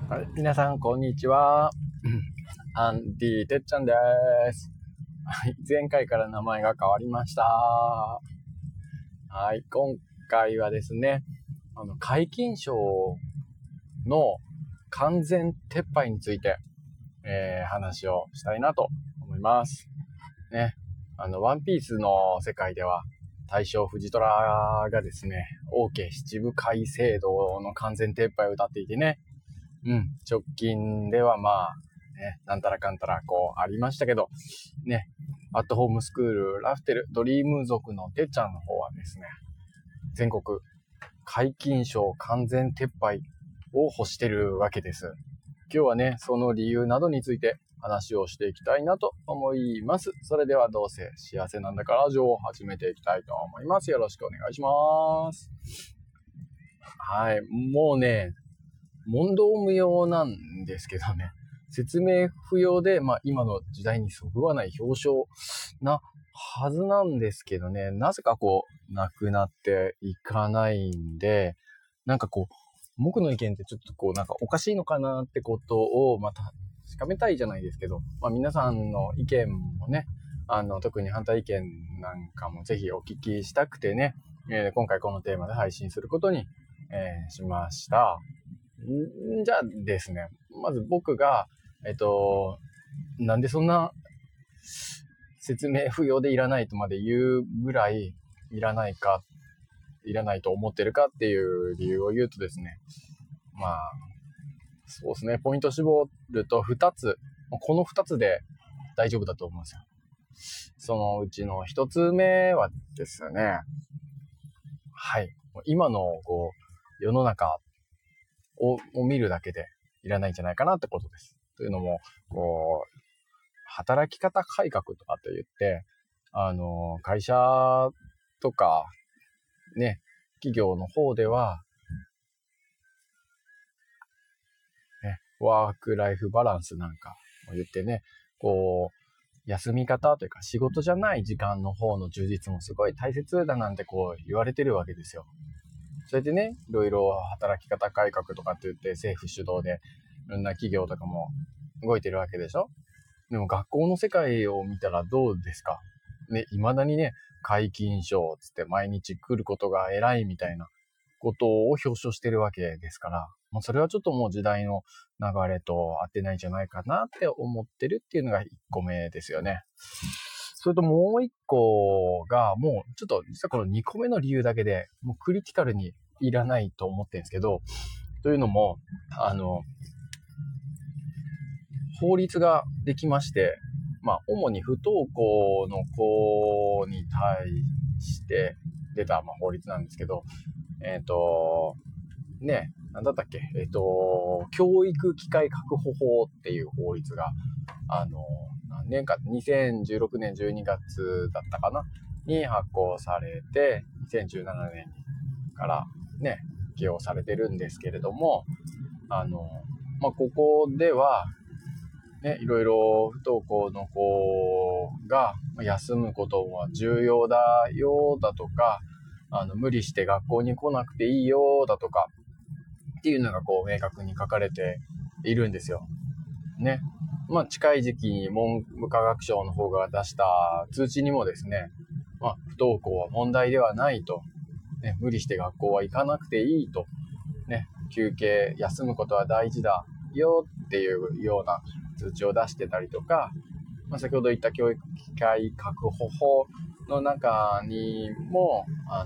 はい、皆さんこんにちは。アンディてっちゃんです。はい、前回から名前が変わりました。はい、今回はですね、皆勤賞の完全撤廃について、話をしたいなと思います。ね、ワンピースの世界では大正藤虎がですね、OK七部会制度の完全撤廃を謳っていてね、直近ではなんたらかんたらありましたけど、ね、アットホームスクールラフテルドリーム族のてっちゃんの方はですね、全国皆勤賞完全撤廃を欲してるわけです。今日はね、その理由などについて話をしていきたいなと思います。それではどうせ幸せなんだからラジオを始めていきたいと思います。よろしくお願いします。はい、もうね、問答無用なんですけどね、説明不要で、今の時代にそぐわない表彰なはずなんですけどね、なぜかなくなっていかないんで、僕の意見ってちょっとおかしいのかなってことをまた確かめたいじゃないですけど、皆さんの意見もね、特に反対意見なんかもぜひお聞きしたくてね、今回このテーマで配信することに、しました。じゃあですね、まず僕が、なんでそんな説明不要でいらないとまで言うぐらいいらないと思ってるかっていう理由を言うとですね、そうですね、ポイント絞ると2つ、この2つで大丈夫だと思うんですよ。そのうちの1つ目はですね、はい、今の世の中を見るだけでいらないんじゃないかなってことです。というのも、働き方改革とかと言って、会社とか、ね、企業の方では、ね、ワークライフバランスなんかを言ってね、休み方というか仕事じゃない時間の方の充実もすごい大切だなんて言われてるわけですよ。それでね、いろいろ働き方改革とかって言って政府主導でいろんな企業とかも動いてるわけでしょ。でも学校の世界を見たらどうですかね、未だにね、皆勤賞つって毎日来ることが偉いみたいなことを表彰してるわけですから、それはちょっともう時代の流れと合ってないんじゃないかなって思ってるっていうのが1個目ですよね。それともう1個が、もうちょっと実はこの2個目の理由だけでもうクリティカルにいらないと思ってるんですけど、というのも、法律ができまして、主に不登校の子に対して出た法律なんですけど、なんだったっけ、教育機会確保法っていう法律が、何年か、2016年12月だったかなに発行されて、2017年からね、適用されてるんですけれども、ここでは、ね、いろいろ不登校の子が休むことは重要だよだとか、無理して学校に来なくていいよだとかっていうのが明確に書かれているんですよ。ね。近い時期に文部科学省の方が出した通知にもですね、不登校は問題ではないと、ね、無理して学校は行かなくていいと、ね、休憩休むことは大事だよっていうような通知を出してたりとか、先ほど言った教育機会確保法の中にも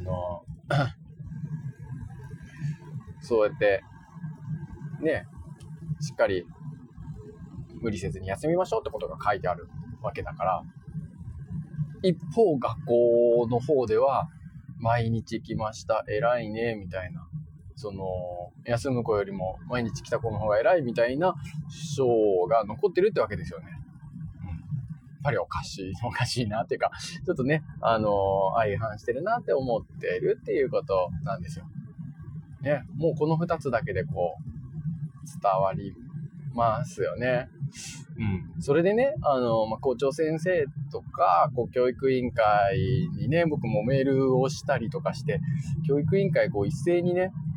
そうやってね、しっかり無理せずに休みましょうってことが書いてあるわけだから、一方学校の方では毎日来ました偉いねみたいな、休む子よりも毎日来た子の方が偉いみたいな賞が残ってるってわけですよね。やっぱりおかしいなっていうか、ちょっとね、相反してるなって思ってるっていうことなんですよ。ね、もうこの2つだけで伝わりますよね。それでね、校長先生とか教育委員会にね、僕もメールをしたりとかして、教育委員会一斉にね、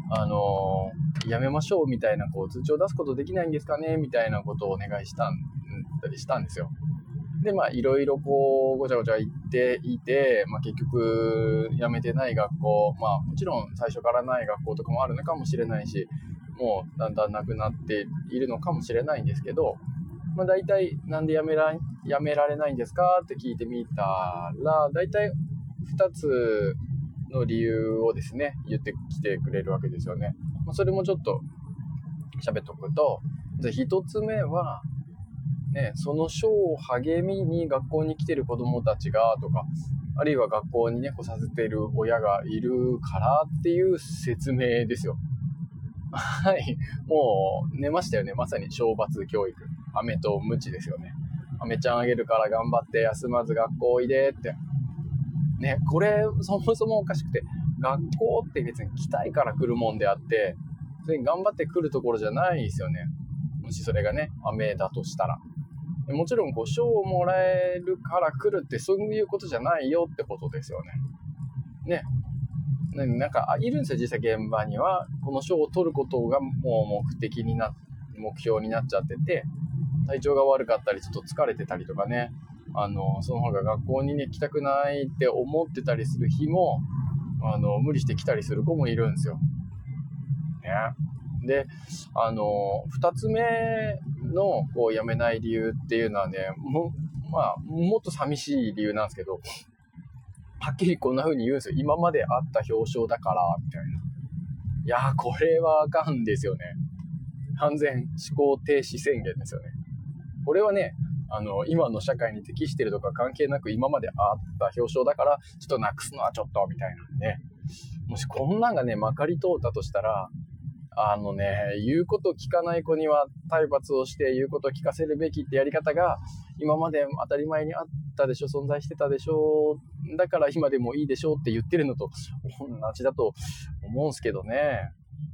やめましょうみたいな通知を出すことできないんですかねみたいなことをお願いしたんですよ。で、いろいろごちゃごちゃ言っていて、結局辞めてない学校、もちろん最初からない学校とかもあるのかもしれないし、もうだんだんなくなっているのかもしれないんですけど、大体なんで辞められないんですかって聞いてみたら、大体2つの理由をですね、言ってきてくれるわけですよね。それもちょっと喋っとくと、1つ目は、その書を励みに学校に来てる子どもたちがとか、あるいは学校に来させてる親がいるからっていう説明ですよ。はい、もう寝ましたよね。まさに懲罰教育、飴と鞭ですよね。飴ちゃんあげるから頑張って休まず学校おいでってね。これそもそもおかしくて、学校って別に来たいから来るもんであって、それに頑張って来るところじゃないですよね。もしそれがね飴だとしたら、もちろん賞をもらえるから来るってそういうことじゃないよってことですよね。なんかいるんですよ、実際現場には。この賞を取ることがもう目標になっちゃってて、体調が悪かったりちょっと疲れてたりとかね、その方が学校にね来たくないって思ってたりする日も無理して来たりする子もいるんですよね。で、2つ目の辞めない理由っていうのはね、もっと寂しい理由なんですけど、はっきりこんな風に言うんですよ。今まであった表彰だからみたいな。いやー、これはあかんですよね。完全思考停止宣言ですよね。これはね、今の社会に適してるとか関係なく、今まであった表彰だからちょっとなくすのはちょっとみたいなね。もしこんなんがねまかり通ったとしたら、言うこと聞かない子には体罰をして言うことを聞かせるべきってやり方が今まで当たり前にあったでしょ、存在してたでしょ、だから今でもいいでしょって言ってるのと同じだと思うんすけどね。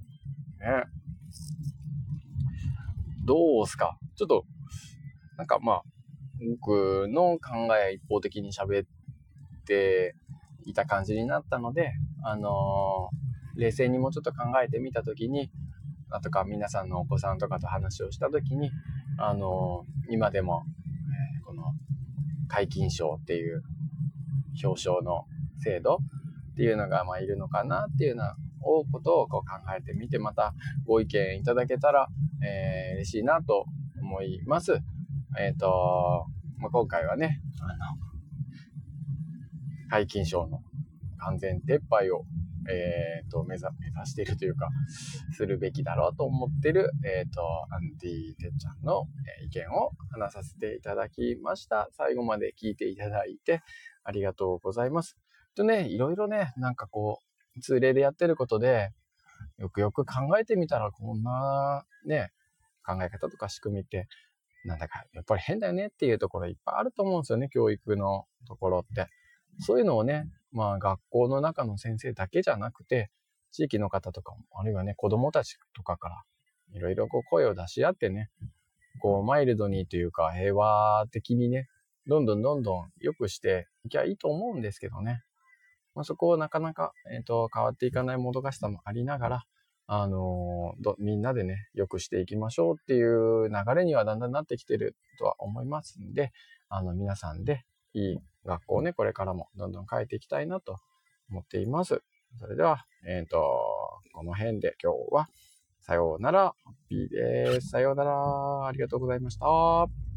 どうすか。ちょっとなんか僕の考え一方的に喋っていた感じになったので、冷静にもうちょっと考えてみたときに、あとか皆さんのお子さんとかと話をしたときに、今でも、この皆勤賞っていう表彰の制度っていうのがいるのかなっていうようなことを考えてみて、またご意見いただけたら、嬉しいなと思います。今回はね、皆勤賞の完全撤廃を目指しているというか、するべきだろうと思っている、アンディてっちゃんの意見を話させていただきました。最後まで聞いていただいてありがとうございます。いろいろね、なんか通例でやってることで、よくよく考えてみたら、こんなね、考え方とか仕組みって、なんだかやっぱり変だよねっていうところいっぱいあると思うんですよね、教育のところって。そういうのをね、学校の中の先生だけじゃなくて、地域の方とかも、あるいはね、子供たちとかから、いろいろ声を出し合ってね、マイルドにというか、平和的にね、どんどん良くしていきゃいいと思うんですけどね。そこをなかなか、変わっていかないもどかしさもありながら、みんなでね、良くしていきましょうっていう流れにはだんだんなってきてるとは思いますんで、皆さんでいい学校をね、これからもどんどん変えていきたいなと思っています。それでは、この辺で今日はさようなら、ハッピーです。さようなら、ありがとうございました。